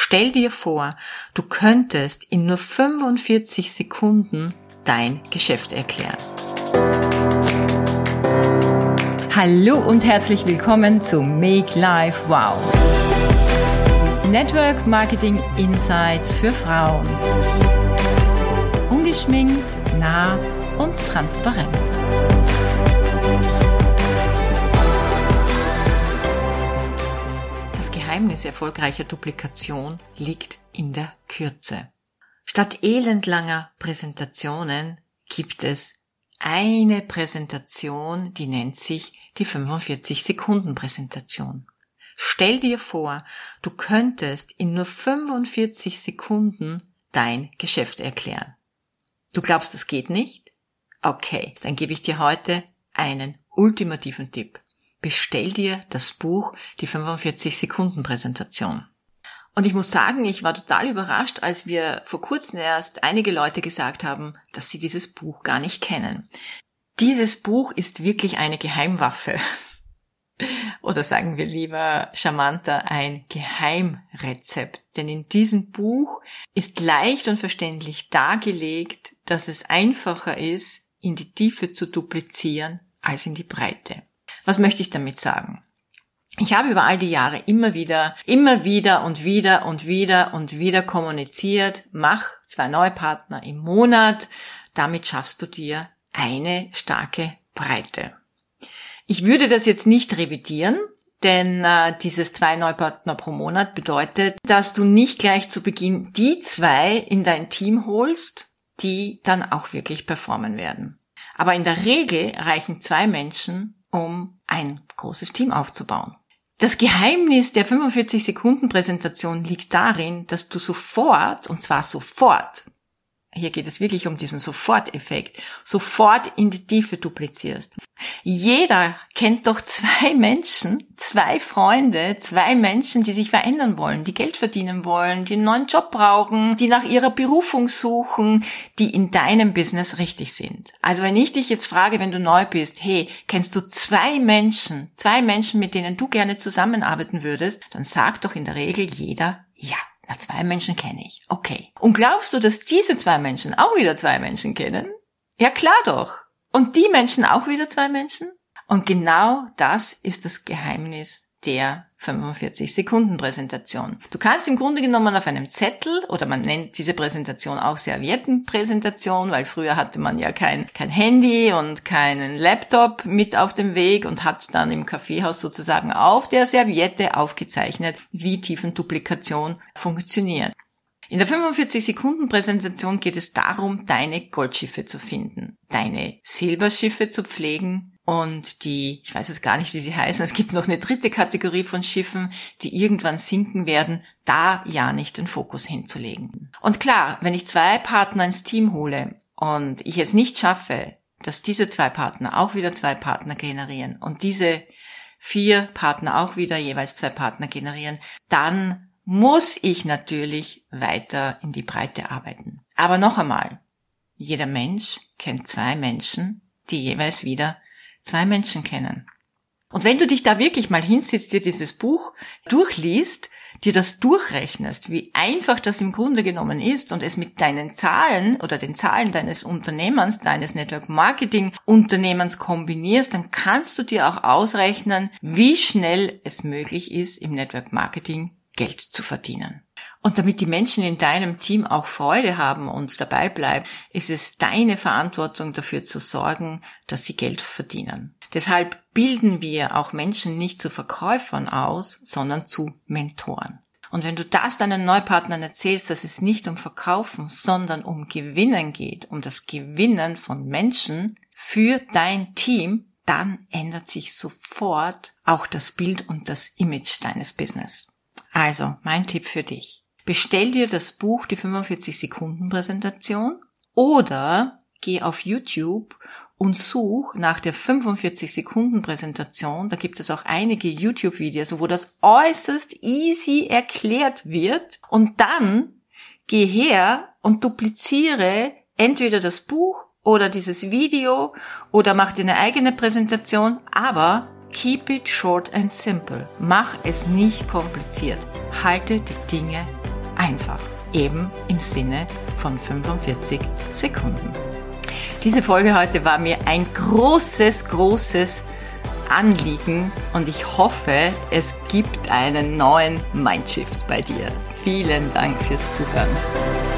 Stell dir vor, du könntest in nur 45 Sekunden dein Geschäft erklären. Hallo und herzlich willkommen zu Make Life Wow. Network Marketing Insights für Frauen. Ungeschminkt, nah und transparent. Das Geheimnis erfolgreicher Duplikation liegt in der Kürze. Statt elendlanger Präsentationen gibt es eine Präsentation, die nennt sich die 45-Sekunden-Präsentation. Stell dir vor, du könntest in nur 45 Sekunden dein Geschäft erklären. Du glaubst, das geht nicht? Okay, dann gebe ich dir heute einen ultimativen Tipp. Bestell dir das Buch, die 45-Sekunden-Präsentation. Und ich muss sagen, ich war total überrascht, als wir vor kurzem erst einige Leute gesagt haben, dass sie dieses Buch gar nicht kennen. Dieses Buch ist wirklich eine Geheimwaffe. Oder sagen wir lieber charmanter, ein Geheimrezept. Denn in diesem Buch ist leicht und verständlich dargelegt, dass es einfacher ist, in die Tiefe zu duplizieren, als in die Breite. Was möchte ich damit sagen? Ich habe über all die Jahre immer wieder kommuniziert, mach 2 Neupartner im Monat, damit schaffst du dir eine starke Breite. Ich würde das jetzt nicht revidieren, denn dieses 2 Neupartner pro Monat bedeutet, dass du nicht gleich zu Beginn die 2 in dein Team holst, die dann auch wirklich performen werden. Aber in der Regel reichen 2 Menschen, um ein großes Team aufzubauen. Das Geheimnis der 45-Sekunden-Präsentation liegt darin, dass du sofort, und zwar sofort, hier geht es wirklich um diesen Soforteffekt, sofort in die Tiefe duplizierst. Jeder kennt doch 2 Menschen, 2 Freunde, 2 Menschen, die sich verändern wollen, die Geld verdienen wollen, die einen neuen Job brauchen, die nach ihrer Berufung suchen, die in deinem Business richtig sind. Also wenn ich dich jetzt frage, wenn du neu bist, hey, kennst du 2 Menschen, mit denen du gerne zusammenarbeiten würdest, dann sagt doch in der Regel jeder ja. 2 Menschen kenne ich. Okay. Und glaubst du, dass diese 2 Menschen auch wieder 2 Menschen kennen? Ja, klar doch. Und die Menschen auch wieder 2 Menschen? Und genau das ist das Geheimnis der 45-Sekunden-Präsentation. Du kannst im Grunde genommen auf einem Zettel, oder man nennt diese Präsentation auch Serviettenpräsentation, weil früher hatte man ja kein Handy und keinen Laptop mit auf dem Weg und hat dann im Kaffeehaus sozusagen auf der Serviette aufgezeichnet, wie Tiefenduplikation funktioniert. In der 45-Sekunden-Präsentation geht es darum, deine Goldschiffe zu finden, deine Silberschiffe zu pflegen und die, ich weiß jetzt gar nicht, wie sie heißen, es gibt noch eine 3. Kategorie von Schiffen, die irgendwann sinken werden, da ja nicht den Fokus hinzulegen. Und klar, wenn ich 2 Partner ins Team hole und ich es nicht schaffe, dass diese 2 Partner auch wieder 2 Partner generieren und diese 4 Partner auch wieder jeweils 2 Partner generieren, dann muss ich natürlich weiter in die Breite arbeiten. Aber noch einmal, jeder Mensch kennt 2 Menschen, die jeweils wieder 2 Menschen kennen. Und wenn du dich da wirklich mal hinsetzt, dir dieses Buch durchliest, dir das durchrechnest, wie einfach das im Grunde genommen ist und es mit deinen Zahlen oder den Zahlen deines Unternehmens, deines Network Marketing Unternehmens kombinierst, dann kannst du dir auch ausrechnen, wie schnell es möglich ist, im Network Marketing Geld zu verdienen. Und damit die Menschen in deinem Team auch Freude haben und dabei bleiben, ist es deine Verantwortung, dafür zu sorgen, dass sie Geld verdienen. Deshalb bilden wir auch Menschen nicht zu Verkäufern aus, sondern zu Mentoren. Und wenn du das deinen Neupartnern erzählst, dass es nicht um Verkaufen, sondern um Gewinnen geht, um das Gewinnen von Menschen für dein Team, dann ändert sich sofort auch das Bild und das Image deines Business. Also, mein Tipp für dich. Bestell dir das Buch, die 45-Sekunden-Präsentation, oder geh auf YouTube und such nach der 45-Sekunden-Präsentation. Da gibt es auch einige YouTube-Videos, wo das äußerst easy erklärt wird. Und dann geh her und dupliziere entweder das Buch oder dieses Video oder mach dir eine eigene Präsentation, aber keep it short and simple. Mach es nicht kompliziert. Halte die Dinge einfach, eben im Sinne von 45 Sekunden. Diese Folge heute war mir ein großes Anliegen und ich hoffe, es gibt einen neuen Mindshift bei dir. Vielen Dank fürs Zuhören.